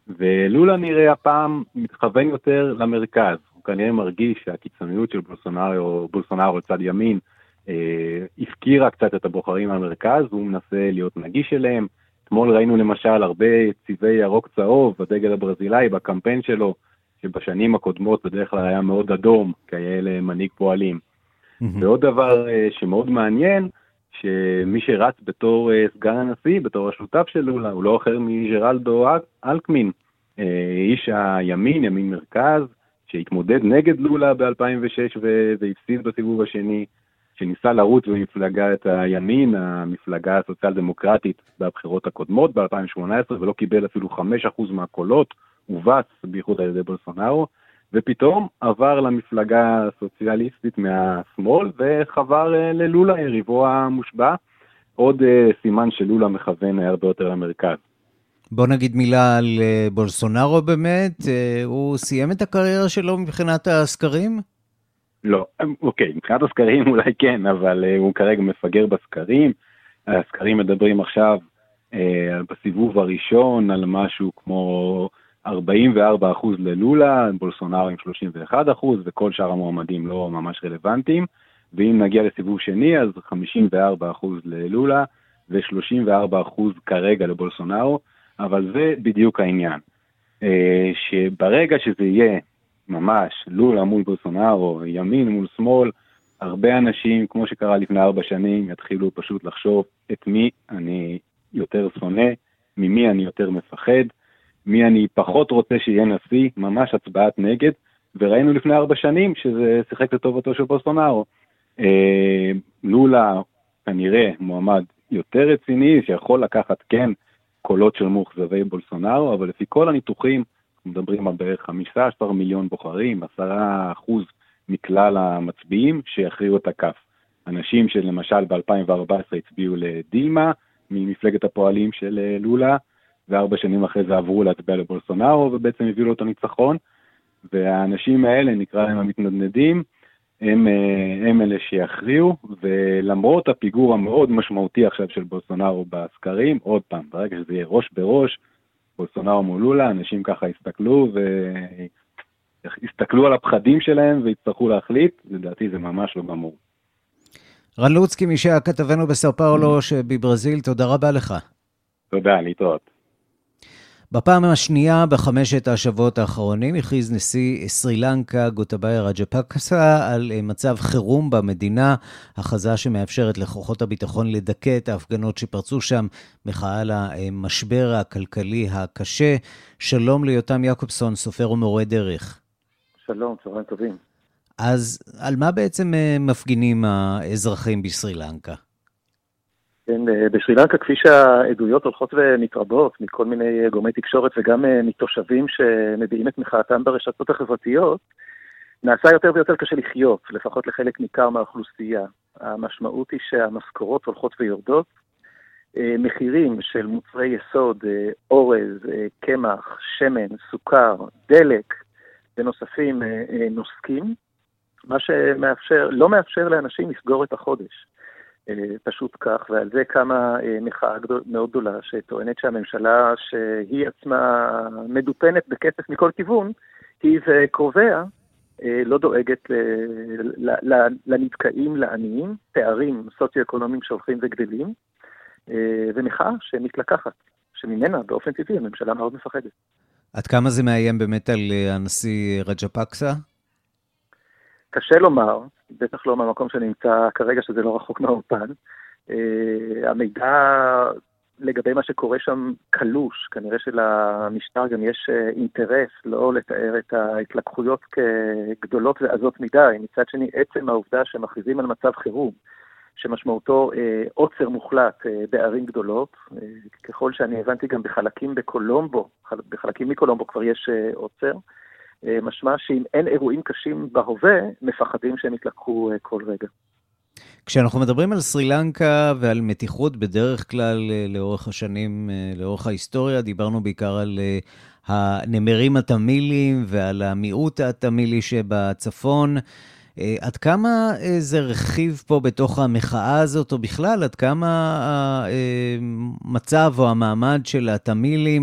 ולולה נראה הפעם מתכוון יותר למרכז. הוא כנראה מרגיש שהקיצוניות של בולסונארו, בולסונארו צד ימין, אה, הפקירה קצת את הבוחרים מהמרכז, והוא מנסה להיות נגיש אליהם. אתמול ראינו למשל הרבה צבעי ירוק צהוב בדגל הברזילאי, בקמפיין שלו, שבשנים הקודמות בדרך כלל היה מאוד אדום, כאלה מנהיג פועלים. Mm-hmm. ועוד דבר אה, שמאוד מעניין, שמי שרץ בתור uh, סגן הנשיא, בתור השותף של לולה, הוא לא אחר מג'רלדו אלקמין, uh, איש הימין, ימין מרכז, שהתמודד נגד לולה ב-אלפיים ושש ו- והפסיד בסיבוב השני, שניסה לרוץ במפלגה את הימין, המפלגה הסוציאל דמוקרטית בבחירות הקודמות ב-אלפיים שמונה עשרה, ולא קיבל אפילו חמישה אחוז מהקולות, ובץ בייחוד על ידי בולסונארו, ופתאום עבר למפלגה הסוציאליסטית מהשמאל, וחבר ללולה, יריבו המושבע, עוד סימן שלולה מכוון הרבה יותר למרכז. בוא נגיד מילה על בולסונארו באמת, הוא סיים את הקריירה שלו מבחינת הסקרים? לא, אוקיי, מבחינת הסקרים אולי כן, אבל הוא כרגע מפגר בסקרים, הסקרים מדברים עכשיו בסיבוב הראשון על משהו כמו ארבעים וארבעה אחוז ללולה, בולסונארו עם שלושים ואחד אחוז, וכל שאר המועמדים לא ממש רלוונטיים, ואם נגיע לסיבוב שני, אז חמישים וארבעה אחוז ללולה, ו-שלושים וארבעה אחוז כרגע לבולסונארו, אבל זה בדיוק העניין. שברגע שזה יהיה ממש לולה מול בולסונארו, ימין מול שמאל, הרבה אנשים, כמו שקרה לפני ארבע שנים, יתחילו פשוט לחשוב את מי אני יותר שונא, ממי אני יותר מפחד, מי אני פחות רוצה שיהיה נשיא, ממש הצבעת נגד, וראינו לפני ארבע שנים שזה שיחק לטובתו של בולסונארו. אה, לולה כנראה מועמד יותר רציני, שיכול לקחת כן קולות של מאוכזבי בולסונארו, אבל לפי כל הניתוחים, מדברים על בערך חמישה עשר מיליון בוחרים, עשרה אחוז מכלל המצביעים שיכריעו את הכף. אנשים שלמשל ב-אלפיים וארבע עשרה הצביעו לדילמה, ממפלגת הפועלים של לולה, וארבע שנים אחרי זה עברו להצביע לבולסונארו, ובעצם הביאו לו את הניצחון, והאנשים האלה, נקרא להם המתנדנדים, הם, הם אלה שיכריעו, ולמרות הפיגור המאוד משמעותי עכשיו של בולסונארו בסקרים, עוד פעם, ברגע שזה יהיה ראש בראש, בולסונארו מול לולה, אנשים ככה הסתכלו, והסתכלו על הפחדים שלהם, והצטרכו להחליט, לדעתי זה ממש לא גמור. רן לוצקי, מי שהיה כתבנו בסאו פאולו שבברזיל, תודה רבה לך. תודה, להתראות. בפעם השנייה בחמשת השבועות האחרונים הכריז נשיא סרי לנקה גוטבאיה רג'פקסה על מצב חירום במדינה, הכרזה שמאפשרת לכוחות הביטחון לדכא את ההפגנות שפרצו שם מחאה למשבר הכלכלי הקשה. שלום ליותם יעקובסון, סופר ומורה דרך. שלום, צהריים טובים. אז על מה בעצם מפגינים האזרחים בסרי לנקה? כן, בשרי לנקה, כפי שהעדויות הולכות ומתרבות מכל מיני גורמי תקשורת וגם מתושבים שמביעים את מחאתם ברשתות החברתיות, נעשה יותר ויותר קשה לחיות, לפחות לחלק ניכר מהאוכלוסייה. המשמעות היא שהמשכורות הולכות ויורדות, מחירים של מוצרי יסוד, אורז, קמח, שמן, סוכר, דלק ונוספים נוסקים, מה שמאפשר, לא מאפשר לאנשים לסגור את החודש. פשוט כך, ועל זה קמה מחאה מאוד גדולה שטוענת שהממשלה שהיא עצמה מדופנת בכסף מכל כיוון, היא וקרוביה לא דואגת לנדכאים, לעניים, פערים סוציו-אקונומיים שהולכים וגדלים, ומחאה שמתלקחת, שממנה באופן טבעי הממשלה מאוד מפחדת. עד כמה זה מאיים באמת על הנשיא רג'פקסה? קשה לומר, בטח לא מהמקום שנמצא כרגע שזה לא רחוק מהאופן. Uh, המידע לגבי מה שקורה שם קלוש, כנראה שלמשטר גם יש uh, אינטרס לא לתאר את ההתלקחויות כגדולות ועזות מדי. מצד שני, עצם העובדה שמכריזים על מצב חירום, שמשמעותו uh, עוצר מוחלט uh, בערים גדולות, uh, ככל שאני הבנתי גם בחלקים בקולומבו, בחלקים מקולומבו כבר יש uh, עוצר, משמע שאם אין אירועים קשים בהווה, מפחדים שהם יתלקחו כל רגע. כשאנחנו מדברים על סרי לנקה ועל מתיחות בדרך כלל לאורך השנים, לאורך ההיסטוריה, דיברנו בעיקר על הנמרים התמילים ועל המיעוט התמילי שבצפון. עד כמה זה רכיב פה בתוך המחאה הזאת, או בכלל, עד כמה המצב או המעמד של התמילים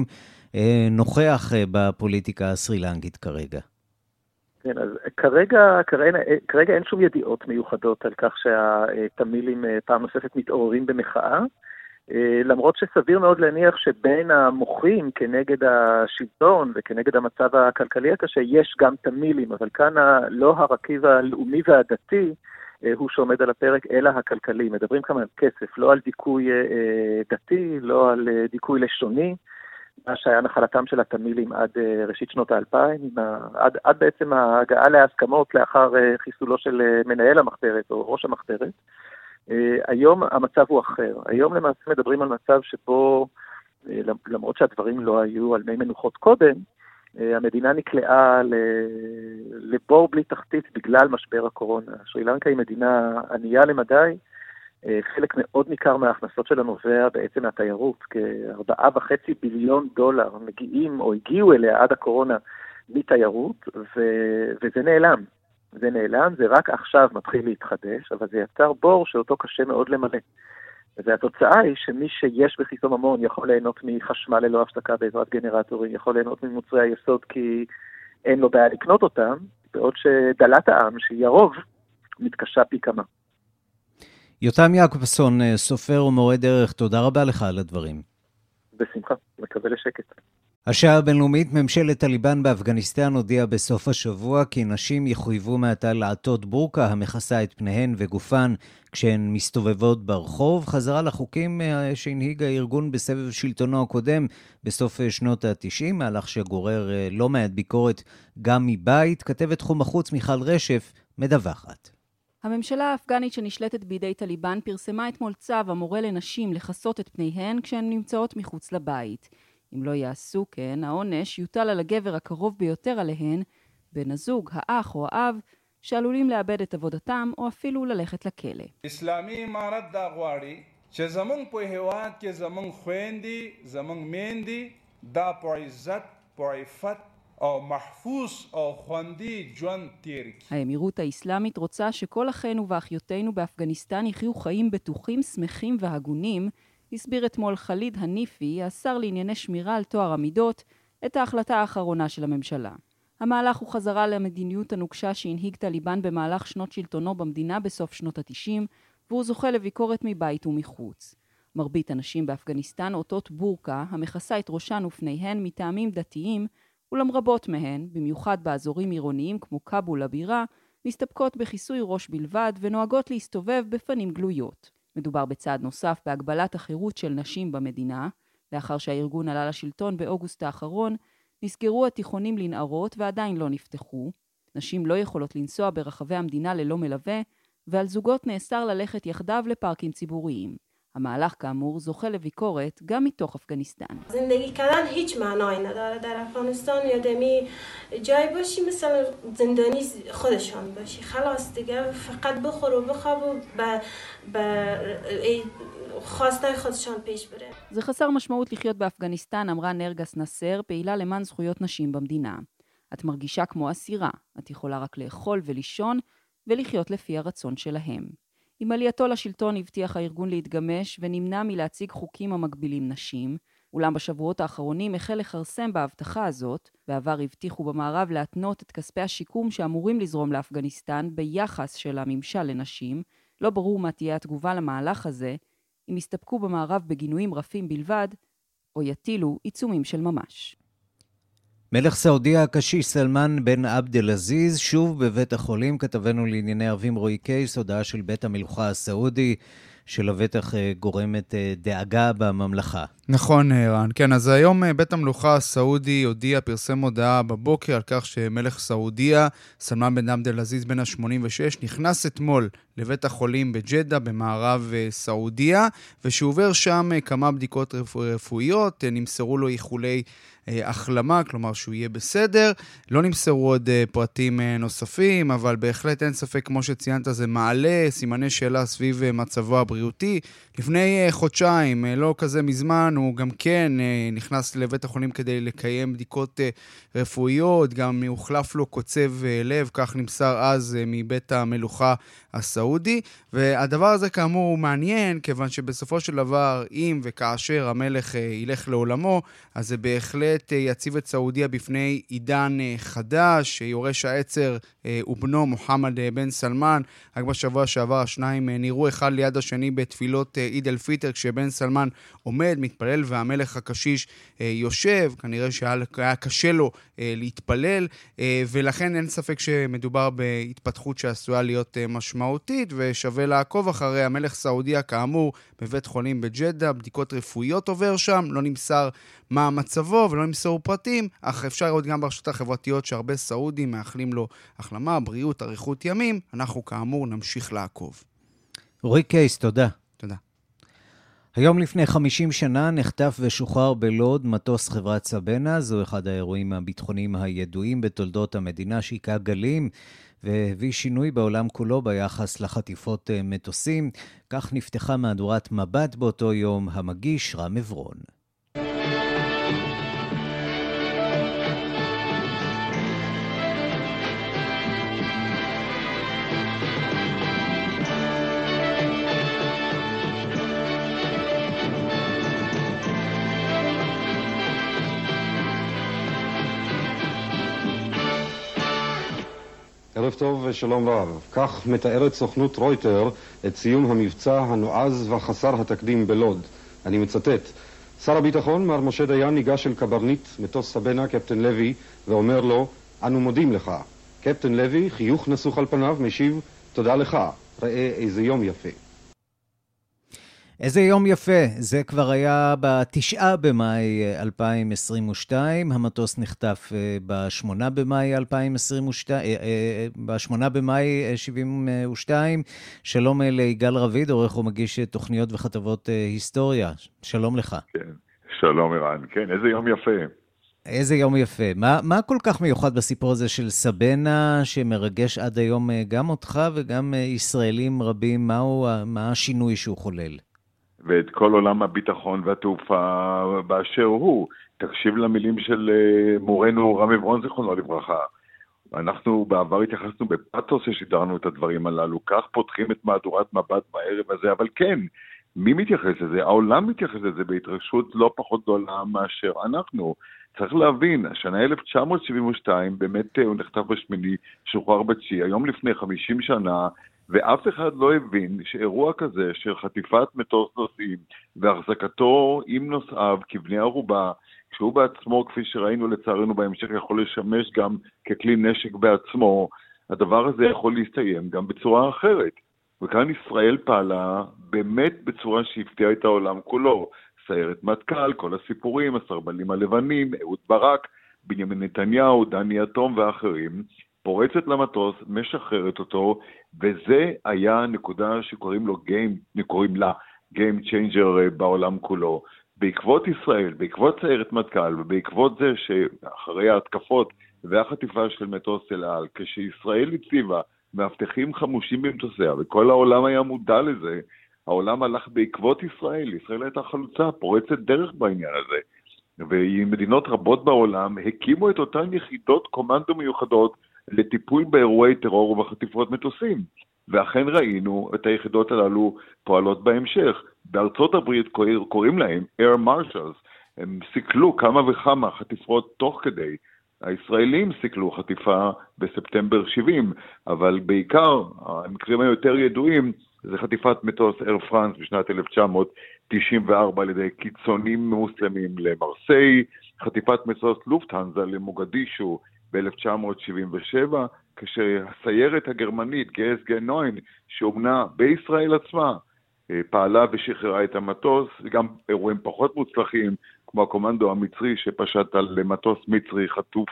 נוכח בפוליטיקה הסרילנקית כרגע. כן, אז כרגע, כרגע, כרגע אין שום ידיעות מיוחדות על כך שהתמילים פעם נוספת מתעוררים במחאה, למרות שסביר מאוד להניח שבין המוחים כנגד השלטון וכנגד המצב הכלכלי הקשה יש גם תמילים, אבל כאן לא הרכיב הלאומי והדתי הוא שעומד על הפרק, אלא הכלכלי. מדברים כאן על כסף, לא על דיכוי דתי, לא על דיכוי לשוני, מה שהיה נחלתם של התמילים עד ראשית שנות האלפיים, עד, עד בעצם ההגעה להסכמות לאחר חיסולו של מנהל המחתרת או ראש המחתרת. היום המצב הוא אחר. היום למעשה מדברים על מצב שבו, למרות שהדברים לא היו על מי מנוחות קודם, המדינה נקלעה לבור בלי תחתית בגלל משבר הקורונה. שרילנקה היא מדינה ענייה למדי, חלק מאוד ניכר מההכנסות שלה נובע בעצם מהתיירות, כארבעה וחצי ביליון דולר מגיעים או הגיעו אליה עד הקורונה מתיירות, ו- וזה נעלם. זה נעלם, זה רק עכשיו מתחיל להתחדש, אבל זה יצר בור שאותו קשה מאוד למלא. והתוצאה היא שמי שיש בכיסו ממון יכול ליהנות מחשמל ללא הפסקה בעזרת גנרטורים, יכול ליהנות ממוצרי היסוד כי אין לו בעיה לקנות אותם, בעוד שדלת העם, שהיא הרוב, מתקשה פי כמה. יותם יעקובסון, סופר ומורה דרך, תודה רבה לך על הדברים. בשמחה, מקווה לשקט. השעה הבינלאומית, ממשלת טליבן באפגניסטן הודיעה בסוף השבוע כי נשים יחויבו מעתה לעטות בורקה המכסה את פניהן וגופן כשהן מסתובבות ברחוב. חזרה לחוקים שהנהיג הארגון בסבב שלטונו הקודם בסוף שנות ה-תשעים, מהלך שגורר לא מעט ביקורת גם מבית. כתבת תחום החוץ מיכל רשף מדווחת. הממשלה האפגנית שנשלטת בידי טליבן פרסמה אתמול צו המורה לנשים לחסות את פניהן כשהן נמצאות מחוץ לבית. אם לא יעשו כן, העונש יוטל על הגבר הקרוב ביותר עליהן, בן הזוג, האח או האב, שעלולים לאבד את עבודתם או אפילו ללכת לכלא. اسلامی امارت دا غواړي چې زمونږ په هیواد کې زمونږ خويندې زمونږ میندې دا په عزت په عفت او محفوظ او خوندي ژوند تیر کړي. האמירות האסלאמית רוצה שכל אחינו ואחיותינו באפגניסטן יחיו חיים בטוחים, שמחים והגונים. הסביר אתמול חליד הניפי, השר לענייני שמירה על טוהר המידות, את ההחלטה האחרונה של הממשלה. המהלך הוא חזרה למדיניות הנוקשה שהנהיג טליבן במהלך שנות שלטונו במדינה בסוף שנות ה-תשעים, והוא זוכה לביקורת מבית ומחוץ. מרבית הנשים באפגניסטן עוטות בורקה, המכסה את ראשן ופניהן מטעמים דתיים, אולם רבות מהן, במיוחד באזורים עירוניים כמו קאבול הבירה, מסתפקות בכיסוי ראש בלבד ונוהגות להסתובב בפנים גלויות. מדובר בצעד נוסף בהגבלת החירות של נשים במדינה. לאחר שהארגון עלה לשלטון באוגוסט האחרון, נסגרו התיכונים לנערות ועדיין לא נפתחו. נשים לא יכולות לנסוע ברחבי המדינה ללא מלווה, ועל זוגות נאסר ללכת יחדיו לפארקים ציבוריים. המהלך כאמור זוכה לביקורת גם מתוך אפגניסטן. زندگی کردن هیچ معنایی نداره در افغانستان. یادمی جای باشی مثلا زندانی خودشان باشی، خلاص دیگه فقط بخور و بخواب و به خواسته خودشان پیش بره. זה חסר משמעות לחיות באפגניסטן, אמרה נרגס נסר, פעילה למען זכויות נשים במדינה. את מרגישה כמו אסירה, את יכולה רק לאכול ולישון ולחיות לפי הרצון שלהם. עם עלייתו לשלטון הבטיח הארגון להתגמש ונמנע מלהציג חוקים המגבילים נשים, אולם בשבועות האחרונים החל לחרסם בהבטחה הזאת. בעבר הבטיחו במערב להתנות את כספי השיקום שאמורים לזרום לאפגניסטן ביחס של הממשל לנשים. לא ברור מה תהיה התגובה למהלך הזה, אם יסתפקו במערב בגינויים רפים בלבד, או יטילו עיצומים של ממש. מלך סעודיה הקשיש סלמן בן עבד אל עזיז שוב בבית החולים. כתבנו לענייני ערבים רועי קייס, הודעה של בית המלוכה הסעודי שלבטח גורמת דאגה בממלכה. נכון, רן. כן, אז היום בית המלוכה הסעודי הודיע, פרסם הודעה בבוקר על כך שמלך סעודיה, סלמן בן עבד אל עזיז בן ה-שמונים ושש, נכנס אתמול לבית החולים בג'דה במערב סעודיה, ושעובר שם כמה בדיקות רפואיות, נמסרו לו איחולי החלמה, כלומר שהוא יהיה בסדר. לא נמסרו עוד פרטים נוספים, אבל בהחלט אין ספק, כמו שציינת, זה מעלה סימני שאלה סביב מצבו הבריאותי. לפני חודשיים, לא כזה מזמן, הוא גם כן נכנס לבית החולים כדי לקיים בדיקות רפואיות, גם הוחלף לו קוצב לב, כך נמסר אז מבית המלוכה הסעודי. והדבר הזה כאמור הוא מעניין, כיוון שבסופו של דבר, אם וכאשר המלך ילך לעולמו, אז זה בהחלט בהחלט יציב את סעודיה בפני עידן חדש. יורש העצר ובנו מוחמד בן סלמן, רק בשבוע שעבר השניים נראו אחד ליד השני בתפילות עיד אל פיטר, כשבן סלמן עומד, מתפלל, והמלך הקשיש יושב. כנראה שהיה קשה לו להתפלל, ולכן אין ספק שמדובר בהתפתחות שעשויה להיות משמעותית, ושווה לעקוב אחרי. המלך סעודיה כאמור בבית חולים בג'דה, בדיקות רפואיות עובר שם, לא נמסר מה מצבו ולא נמסרו פרטים, אך אפשר לראות גם ברשתות החברתיות שהרבה סעודים מאחלים לו החלמה, בריאות, אריכות ימים. אנחנו כאמור נמשיך לעקוב. אורי קייס, תודה. תודה. היום לפני חמישים שנה נחטף ושוחרר בלוד מטוס חברת סבנה. זו אחד האירועים הביטחוניים הידועים בתולדות המדינה, שהיכה גלים והביא שינוי בעולם כולו ביחס לחטיפות מטוסים. כך נפתחה מהדורת מבט באותו יום. המגיש רם עברון. ערב טוב ושלום רב. כך מתארת סוכנות רויטר את סיום המבצע הנועז והחסר התקדים בלוד. אני מצטט: שר הביטחון מר משה דיין ניגש אל קברניט מטוס סבנה קפטן לוי ואומר לו, אנו מודים לך. קפטן לוי, חיוך נסוך על פניו, משיב, תודה לך, ראה איזה יום יפה. איזה יום יפה, זה כבר היה בתשעה במאי אלפיים עשרים ושתיים, המטוס נחטף בשמונה במאי אלפיים עשרים ושתיים, בשמונה במאי שבעים ושתיים. שלום ליגאל רביד, עורך ומגיש תוכניות וכתבות היסטוריה. שלום לך. כן, שלום ערן. כן, איזה יום יפה. איזה יום יפה. מה, מה כל כך מיוחד בסיפור הזה של סבנה, שמרגש עד היום גם אותך וגם ישראלים רבים? מהו, מה השינוי שהוא חולל? ואת כל עולם הביטחון והתעופה באשר הוא. תקשיב למילים של מורנו רם עברון זיכרונו לברכה. אנחנו בעבר התייחסנו בפאתוס ששידרנו את הדברים הללו, כך פותחים את מהדורת מבט בערב הזה, אבל כן, מי מתייחס לזה? העולם מתייחס לזה בהתרגשות לא פחות גדולה מאשר אנחנו. צריך להבין, השנה אלף תשע מאות שבעים ושתיים, באמת הוא נחטף בשמיני, שוחרר בתשיעי, היום לפני חמישים שנה, ואף אחד לא הבין שאירוע כזה של חטיפת מטוס נוסעים והחזקתו עם נוסעיו כבני ערובה, כשהוא בעצמו, כפי שראינו לצערנו בהמשך, יכול לשמש גם ככלי נשק בעצמו, הדבר הזה יכול להסתיים גם בצורה אחרת. וכאן ישראל פעלה באמת בצורה שהפתיעה את העולם כולו. סיירת מטכ"ל, כל הסיפורים, הסרבלים הלבנים, אהוד ברק, בנימין נתניהו, דני אטום ואחרים, פורצת למטוס, משחררת אותו, וזה היה נקודה שקוראים לו game, קוראים לה game changer בעולם כולו. בעקבות ישראל, בעקבות סיירת מטכ"ל, ובעקבות זה שאחרי ההתקפות והחטיפה של מטוס אל על, כשישראל הציבה מאבטחים חמושים במטוסיה, וכל העולם היה מודע לזה, העולם הלך בעקבות ישראל. ישראל הייתה חלוצה, פורצת דרך בעניין הזה. ומדינות רבות בעולם הקימו את אותן יחידות קומנדו מיוחדות לטיפול באירועי טרור ובחטיפות מטוסים. ואכן ראינו את היחידות הללו פועלות בהמשך. בארצות הברית קוראים להם Air Marshals. הם סיכלו כמה וכמה חטיפות תוך כדי. הישראלים סיכלו חטיפה בספטמבר שבעים, אבל בעיקר המקרים היותר ידועים זה חטיפת מטוס אייר פרנס בשנת אלף תשע מאות תשעים וארבע על ידי קיצונים מוסלמים למרסיי, חטיפת מטוס לופטהנזה למוגדישו ב-אלף תשע מאות שבעים ושבע, כשהסיירת הגרמנית גי אס גי ניין שאומנה בישראל עצמה פעלה ושחררה את המטוס, וגם אירועים פחות מוצלחים כמו הקומנדו המצרי שפשט על מטוס מצרי חטוף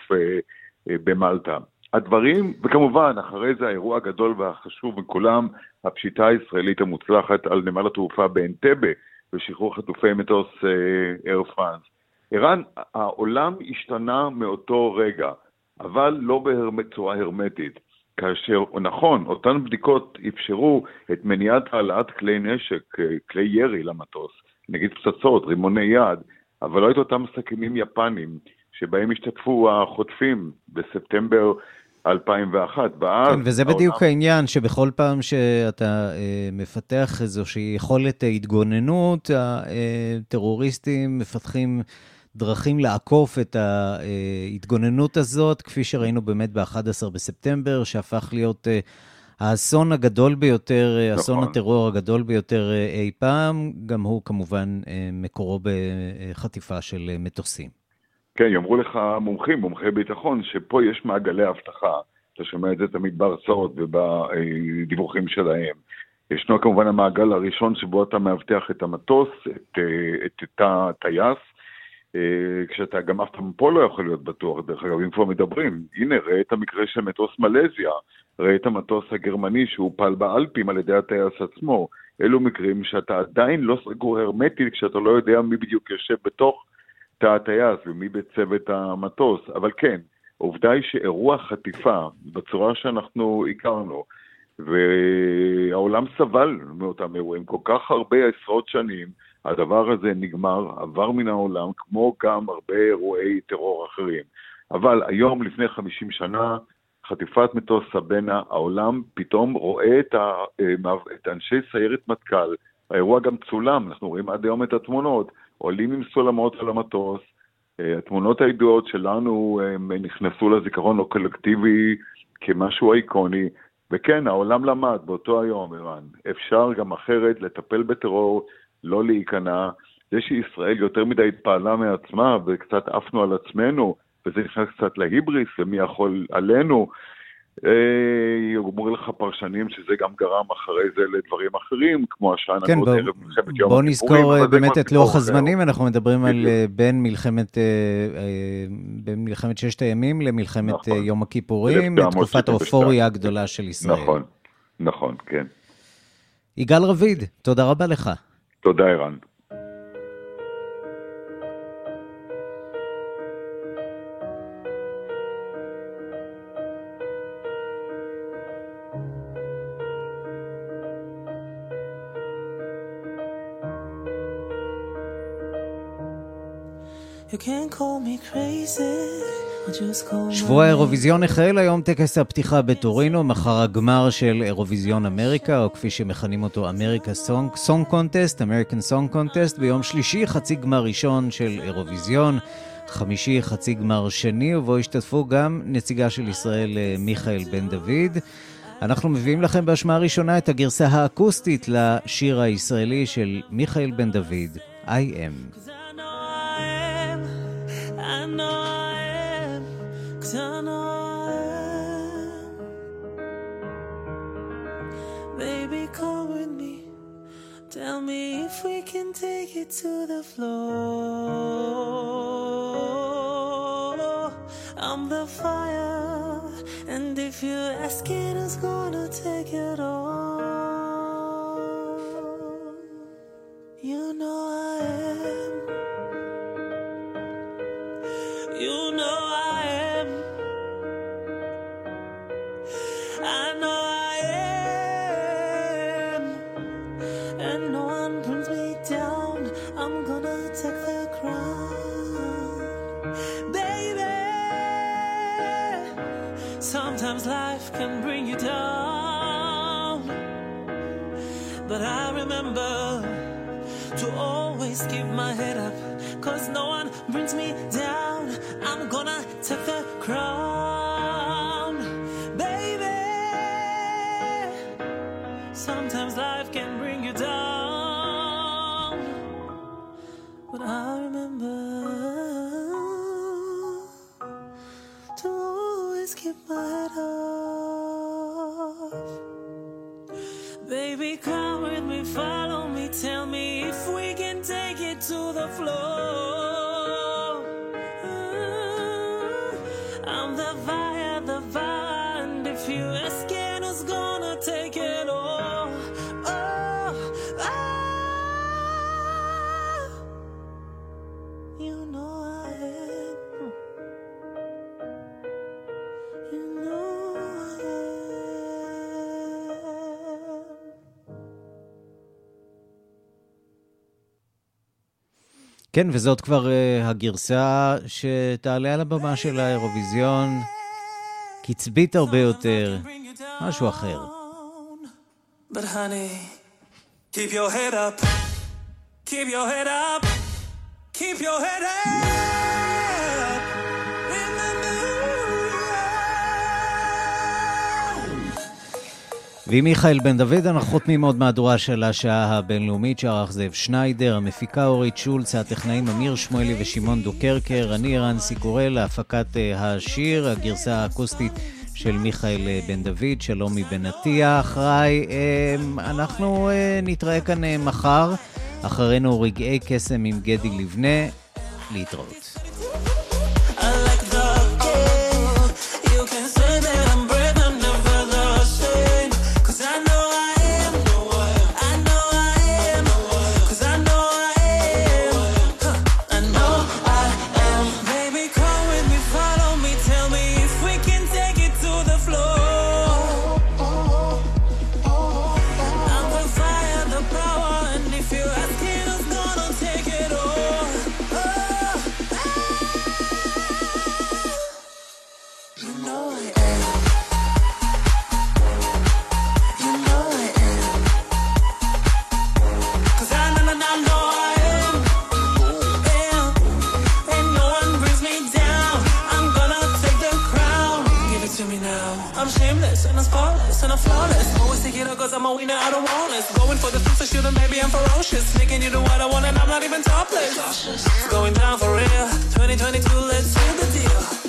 במלטה. הדברים, וכמובן אחרי זה האירוע הגדול והחשוב מכולם, הפשיטה הישראלית המוצלחת על נמל התעופה באנטבה ושחרור חטופי מטוס אייר פרנס. ערן, העולם השתנה מאותו רגע, אבל לא בצורה הרמטית. כאשר, נכון, אותן בדיקות אפשרו את מניעת העלאת כלי נשק, כלי ירי למטוס, נגיד פצצות, רימוני יד, אבל לא את אותם סכינים יפנים, שבהם השתתפו החוטפים בספטמבר אלפיים ואחת. כן, וזה בדיוק העניין, שבכל פעם שאתה אה, מפתח איזושהי יכולת התגוננות, הטרוריסטים מפתחים דרכים לעקוף את ההתגוננות הזאת, כפי שראינו באמת ב-אחד עשר בספטמבר, שהפך להיות האסון הגדול ביותר, נכון. אסון הטרור הגדול ביותר אי פעם, גם הוא כמובן מקורו בחטיפה של מטוסים. כן, יאמרו לך מומחים, מומחי ביטחון, שפה יש מעגלי הבטחה. אתה שומע את זה תמיד בהרצאות ובדיווחים שלהם. ישנו כמובן המעגל הראשון שבו אתה מאבטח את המטוס, את, את, את הטייס, כשאתה גם אף פעם פה לא יכול להיות בטוח. דרך אגב, אם כבר מדברים, הנה, ראה את המקרה של מטוס מלזיה, ראה את המטוס הגרמני שהוא פעל באלפים על ידי הטייס עצמו. אלו מקרים שאתה עדיין לא סגור הרמטית, כשאתה לא יודע מי בדיוק יושב בתוך תא הטייס ומי בצוות המטוס. אבל כן, העובדה היא שאירוע חטיפה, בצורה שאנחנו הכרנו, והעולם סבל מאותם אירועים, כל כך הרבה עשרות שנים, הדבר הזה נגמר, עבר מן העולם, כמו גם הרבה אירועי טרור אחרים. אבל היום, לפני חמישים שנה, חטיפת מטוס סבנה, העולם פתאום רואה את, ה, את אנשי סיירת מטכ"ל, האירוע גם צולם, אנחנו רואים עד היום את התמונות, עולים עם סולמות על המטוס, התמונות הידועות שלנו נכנסו לזיכרון הקולקטיבי כמשהו איקוני, וכן, העולם למד באותו היום, איראן. אפשר גם אחרת לטפל בטרור, לא להיכנע. זה שישראל יותר מדי התפעלה מעצמה, וקצת עפנו על עצמנו, וזה נכנס קצת להיבריס, ומי יכול עלינו. יאמרו לך פרשנים שזה גם גרם אחרי זה לדברים אחרים, כמו השען כן, הגוד ערב מלחמת יום בוא נזכור באמת את לוח הזמנים, אנחנו מדברים על בין מלחמת, בין מלחמת ששת הימים למלחמת נכון. יום הכיפורים, תקופת האופוריה הגדולה של ישראל. נכון, נכון, כן. יגאל רביד, תודה רבה לך. תודה, אירן. שבוע האירוויזיון החל היום, טקס הפתיחה בטורינו, מחר הגמר של אירוויזיון אמריקה, או כפי שמכנים אותו אמריקה סונג, סונג קונטסט, אמריקן סונג קונטסט, ביום שלישי חצי גמר ראשון של אירוויזיון, חמישי חצי גמר שני, ובו השתתפו גם נציגה של ישראל מיכאל בן דוד. אנחנו מביאים לכם בהשמעה הראשונה את הגרסה האקוסטית לשיר הישראלי של מיכאל בן דוד, I am. Tell me if we can take it to the floor. I'm the fire, and if you're asking who's gonna take it all, you know I am. You know I am. I know I am. And no one brings me down. I'm gonna take the crown, baby. Sometimes life can bring you down, but I remember to always keep my head up, 'cause no one brings me down. I'm gonna take the crown, baby. Sometimes life can bring you down, but I remember to always keep my head up. Baby, come with me, follow me, tell me if we can take it to the floor. I'm the fire, the fire, and if you ask it, who's gonna take it all? Oh, ah, you know I am. You know I am. כן, וזאת כבר uh, הגרסה שתעלה על הבמה של האירוויזיון, קצבית הרבה יותר, משהו אחר. But honey, keep your head up, keep your head up, Keep your head up. Remember who you are. ועם מיכאל בן דוד אנחנו חותמים עוד מהדורה של השעה הבינלאומית שערך זאב שניידר, המפיקה אורית שולץ, הטכנאים אמיר שמואלי ושמעון דוקרקר, אני רנסי קורל, להפקת השיר, הגרסה האקוסטית של מיכאל בן דוד, שלומי בן עטיה אחראי. אנחנו נתראה כאן מחר, אחרינו רגעי קסם עם גדי לבנה, להתראות. I'm a winner, I don't want this. Going for the truth, so shoot them, baby, I'm ferocious. Making you do what I want and I'm not even topless. It's going down for real. twenty twenty-two, let's seal the deal.